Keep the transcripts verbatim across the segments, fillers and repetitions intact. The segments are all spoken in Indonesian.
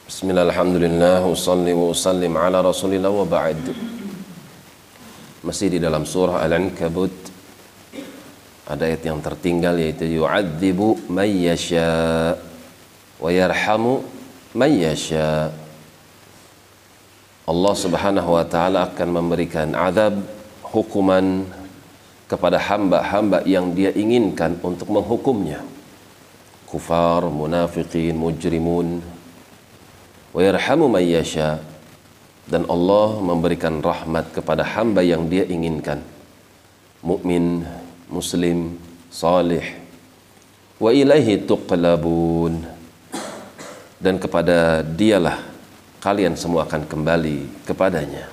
Bismillah, alhamdulillah, usalli wa usallim ala rasulillah wa ba'd. Masih di dalam surah Al-Ankabut, ada ayat yang tertinggal, yaitu yu'adzibu man yasha wa yarhamu man yasha. Allah subhanahu wa ta'ala akan memberikan azab, hukuman kepada hamba-hamba yang dia inginkan untuk menghukumnya. Kufar, munafiqin, mujrimun. Wa yarhamu man yasha, dan Allah memberikan rahmat kepada hamba yang dia inginkan, mukmin, muslim, salih. Wa ilaihi tuqlabun, dan kepada dialah kalian semua akan kembali kepadanya.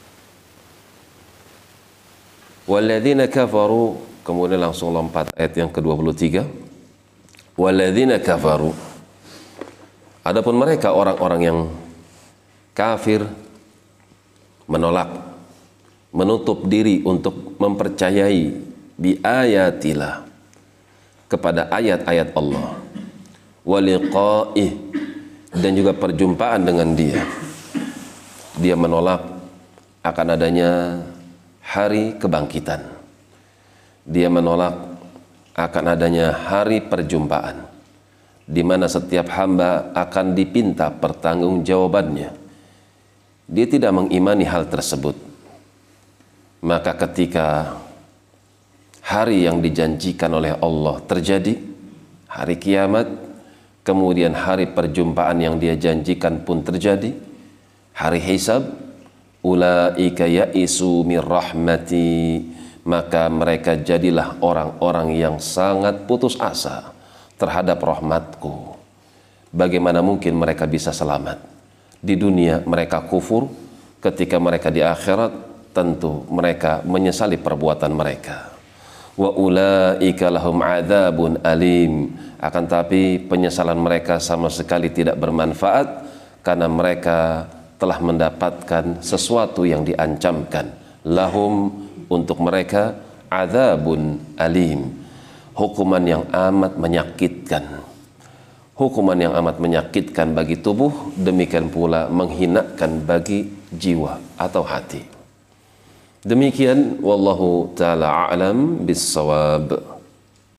Walladzina kafaru, kemudian langsung lompat ayat yang ke dua puluh tiga. Walladzina kafaru, adapun mereka orang-orang yang kafir, menolak, menutup diri untuk mempercayai bi ayatillah, kepada ayat-ayat Allah, wa liqa'ih, dan juga perjumpaan dengan dia. Dia menolak akan adanya hari kebangkitan. Dia menolak akan adanya hari perjumpaan, di mana setiap hamba akan dipinta pertanggungjawabannya. Dia tidak mengimani hal tersebut. Maka ketika hari yang dijanjikan oleh Allah terjadi, hari kiamat, kemudian hari perjumpaan yang dia janjikan pun terjadi, hari hisab, ulaika ya'isu mir rahmati, maka mereka jadilah orang-orang yang sangat putus asa terhadap rahmatku. Bagaimana mungkin mereka bisa selamat? Di dunia mereka kufur, ketika mereka di akhirat tentu mereka menyesali perbuatan mereka. Wa ulaika lahum adzabun alim, akan tapi penyesalan mereka sama sekali tidak bermanfaat, karena mereka telah mendapatkan sesuatu yang diancamkan. Lahum, untuk mereka, adzabun alim, hukuman yang amat menyakitkan. Hukuman yang amat menyakitkan bagi tubuh, demikian pula menghinakan bagi jiwa atau hati. Demikian, wallahu ta'ala a'lam bis-shawab.